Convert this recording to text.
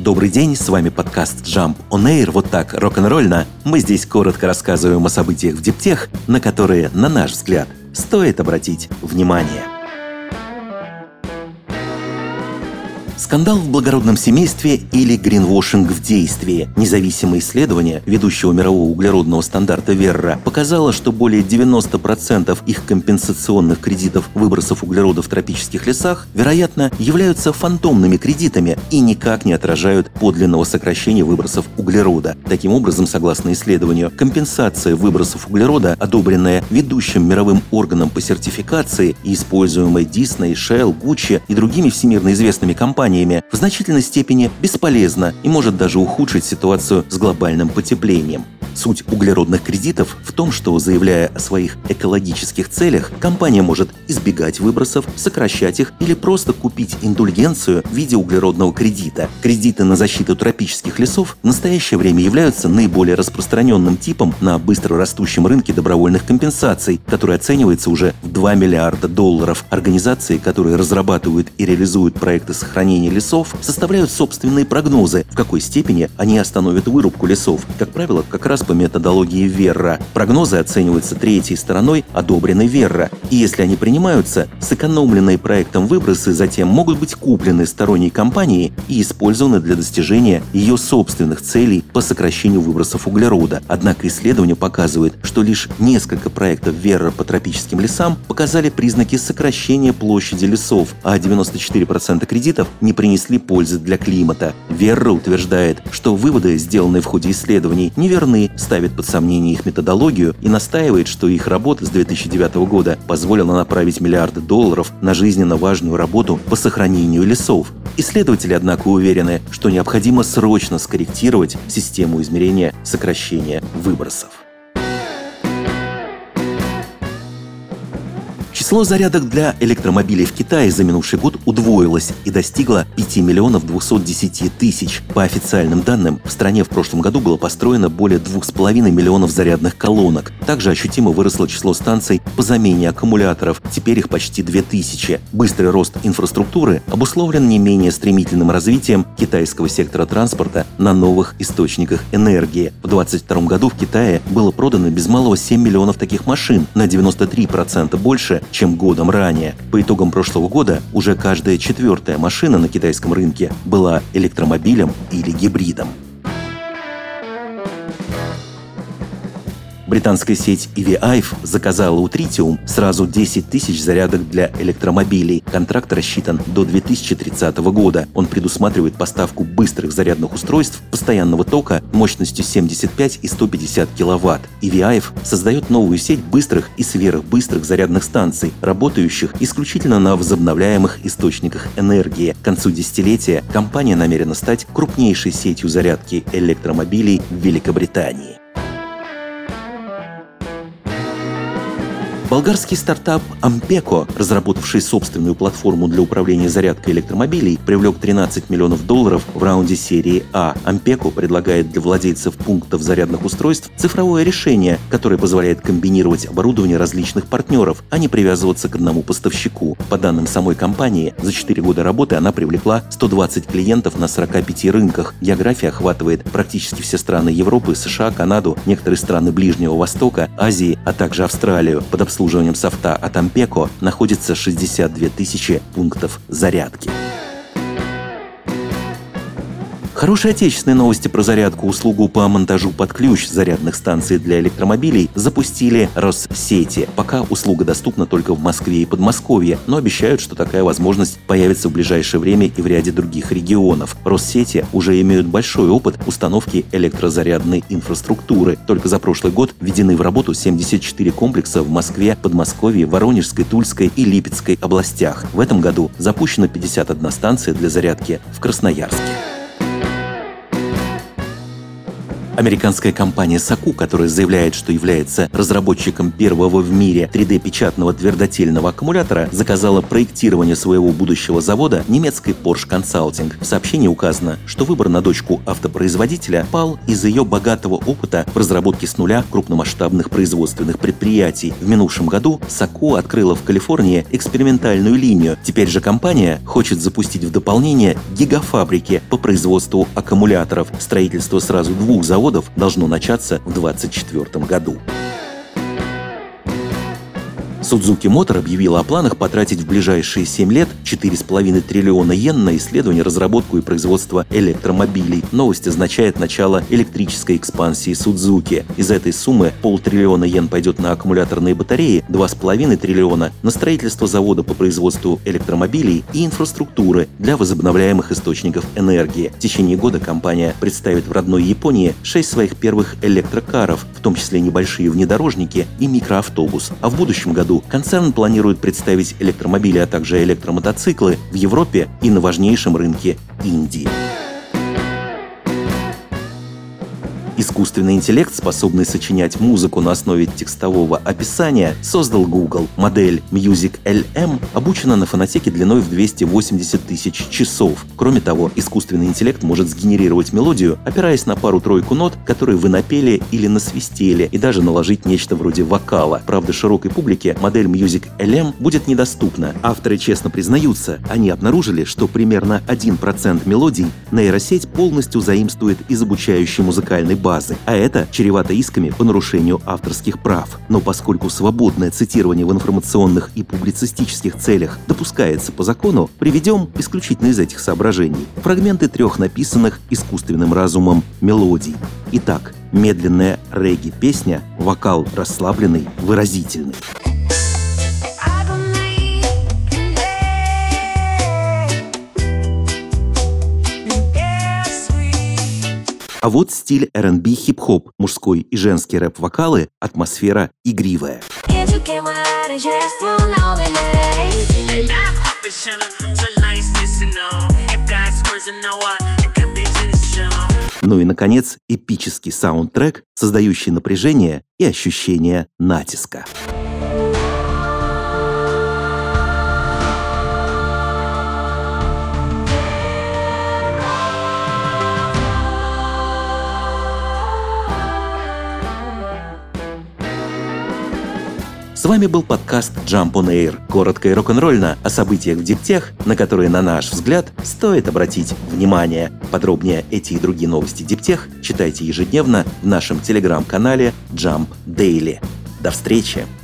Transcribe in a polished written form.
Добрый день, с вами подкаст Jump on Air, вот так, рок-н-ролльно. Мы здесь коротко рассказываем о событиях в диптех, на которые, на наш взгляд, стоит обратить внимание. Скандал в благородном семействе или гринвошинг в действии. Независимое исследование ведущего мирового углеродного стандарта Verra показало, что более 90% их компенсационных кредитов выбросов углерода в тропических лесах, вероятно, являются фантомными кредитами и никак не отражают подлинного сокращения выбросов углерода. Таким образом, согласно исследованию, компенсация выбросов углерода, одобренная ведущим мировым органом по сертификации и используемая Disney, Shell, Gucci и другими всемирно известными компаниями, в значительной степени бесполезна и может даже ухудшить ситуацию с глобальным потеплением. Суть углеродных кредитов в том, что, заявляя о своих экологических целях, компания может избегать выбросов, сокращать их или просто купить индульгенцию в виде углеродного кредита. Кредиты на защиту тропических лесов в настоящее время являются наиболее распространенным типом на быстро растущем рынке добровольных компенсаций, который оценивается уже в $2 миллиарда. Организации, которые разрабатывают и реализуют проекты сохранения лесов, составляют собственные прогнозы, в какой степени они остановят вырубку лесов, как правило, как раз по методологии Verra. Прогнозы оцениваются третьей стороной, одобренной Verra, и если они принимаются, сэкономленные проектом выбросы затем могут быть куплены сторонней компанией и использованы для достижения ее собственных целей по сокращению выбросов углерода. Однако исследование показывает, что лишь несколько проектов Verra по тропическим лесам показали признаки сокращения площади лесов, а 94% кредитов не принесли пользы для климата. Verra утверждает, что выводы, сделанные в ходе исследований, неверны, ставит под сомнение их методологию и настаивает, что их работа с 2009 года позволила направить $миллиарды на жизненно важную работу по сохранению лесов. Исследователи, однако, уверены, что необходимо срочно скорректировать систему измерения сокращения выбросов. Число зарядок для электромобилей в Китае за минувший год удвоилось и достигло 5 210 000. По официальным данным, в стране в прошлом году было построено более 2,5 миллионов зарядных колонок. Также ощутимо выросло число станций по замене аккумуляторов, теперь их почти 2000. Быстрый рост инфраструктуры обусловлен не менее стремительным развитием китайского сектора транспорта на новых источниках энергии. В 2022 году в Китае было продано без малого 7 миллионов таких машин, на 93% больше, чем годом ранее. По итогам прошлого года уже каждая четвертая машина на китайском рынке была электромобилем или гибридом. Британская сеть EV-Hive заказала у Tritium сразу 10 000 зарядок для электромобилей. Контракт рассчитан до 2030 года. Он предусматривает поставку быстрых зарядных устройств постоянного тока мощностью 75 и 150 киловатт. EV-Hive создает новую сеть быстрых и сверхбыстрых зарядных станций, работающих исключительно на возобновляемых источниках энергии. К концу десятилетия компания намерена стать крупнейшей сетью зарядки электромобилей в Великобритании. Болгарский стартап Ampeco, разработавший собственную платформу для управления зарядкой электромобилей, привлек $13 миллионов в раунде серии А. Ampeco предлагает для владельцев пунктов зарядных устройств цифровое решение, которое позволяет комбинировать оборудование различных партнеров, а не привязываться к одному поставщику. По данным самой компании, за 4 года работы она привлекла 120 клиентов на 45 рынках. География охватывает практически все страны Европы, США, Канаду, некоторые страны Ближнего Востока, Азии, а также Австралию. Под обслуживанием софта от Ampeco находится 62 000 пунктов зарядки. Хорошие отечественные новости про зарядку. Услугу по монтажу под ключ зарядных станций для электромобилей запустили Россети. Пока услуга доступна только в Москве и Подмосковье, но обещают, что такая возможность появится в ближайшее время и в ряде других регионов. Россети уже имеют большой опыт установки электрозарядной инфраструктуры. Только за прошлый год введены в работу 74 комплекса в Москве, Подмосковье, Воронежской, Тульской и Липецкой областях. В этом году запущена 51 станция для зарядки в Красноярске. Американская компания Saku, которая заявляет, что является разработчиком первого в мире 3D-печатного твердотельного аккумулятора, заказала проектирование своего будущего завода немецкой Porsche Consulting. В сообщении указано, что выбор на дочку автопроизводителя пал из-за ее богатого опыта в разработке с нуля крупномасштабных производственных предприятий. В минувшем году Saku открыла в Калифорнии экспериментальную линию. Теперь же компания хочет запустить в дополнение гигафабрики по производству аккумуляторов. Строительство сразу 2 заводов должно начаться в 2024 году. Suzuki Motor объявила о планах потратить в ближайшие 7 лет 4,5 триллиона йен на исследование, разработку и производство электромобилей. Новость означает начало электрической экспансии Suzuki. Из этой суммы 0,5 триллиона йен пойдет на аккумуляторные батареи, 2,5 триллиона на строительство завода по производству электромобилей и инфраструктуры для возобновляемых источников энергии. В течение года компания представит в родной Японии 6 своих первых электрокаров, в том числе небольшие внедорожники и микроавтобус. А в будущем году концерн планирует представить электромобили, а также электромотоциклы в Европе и на важнейшем рынке Индии. Искусственный интеллект, способный сочинять музыку на основе текстового описания, создал Google. Модель Music.ll-M обучена на фонотеке длиной в 280 тысяч часов. Кроме того, искусственный интеллект может сгенерировать мелодию, опираясь на пару-тройку нот, которые вы напели или насвистели, и даже наложить нечто вроде вокала. Правда, широкой публике модель Music.ll-M будет недоступна. Авторы честно признаются, они обнаружили, что примерно 1% мелодий нейросеть полностью заимствует из обучающей музыкальной базы, а это чревато исками по нарушению авторских прав. Но поскольку свободное цитирование в информационных и публицистических целях допускается по закону, приведем исключительно из этих соображений фрагменты 3 написанных искусственным разумом мелодий. Итак, медленная регги-песня, вокал расслабленный, выразительный. А вот стиль R&B хип-хоп, мужской и женский рэп-вокалы, атмосфера игривая. Ну и, наконец, эпический саундтрек, создающий напряжение и ощущение натиска. С вами был подкаст Jump on Air. Коротко и рок-н-ролльно о событиях в диптех, на которые, на наш взгляд, стоит обратить внимание. Подробнее эти и другие новости диптех читайте ежедневно в нашем телеграм-канале Jump Daily. До встречи!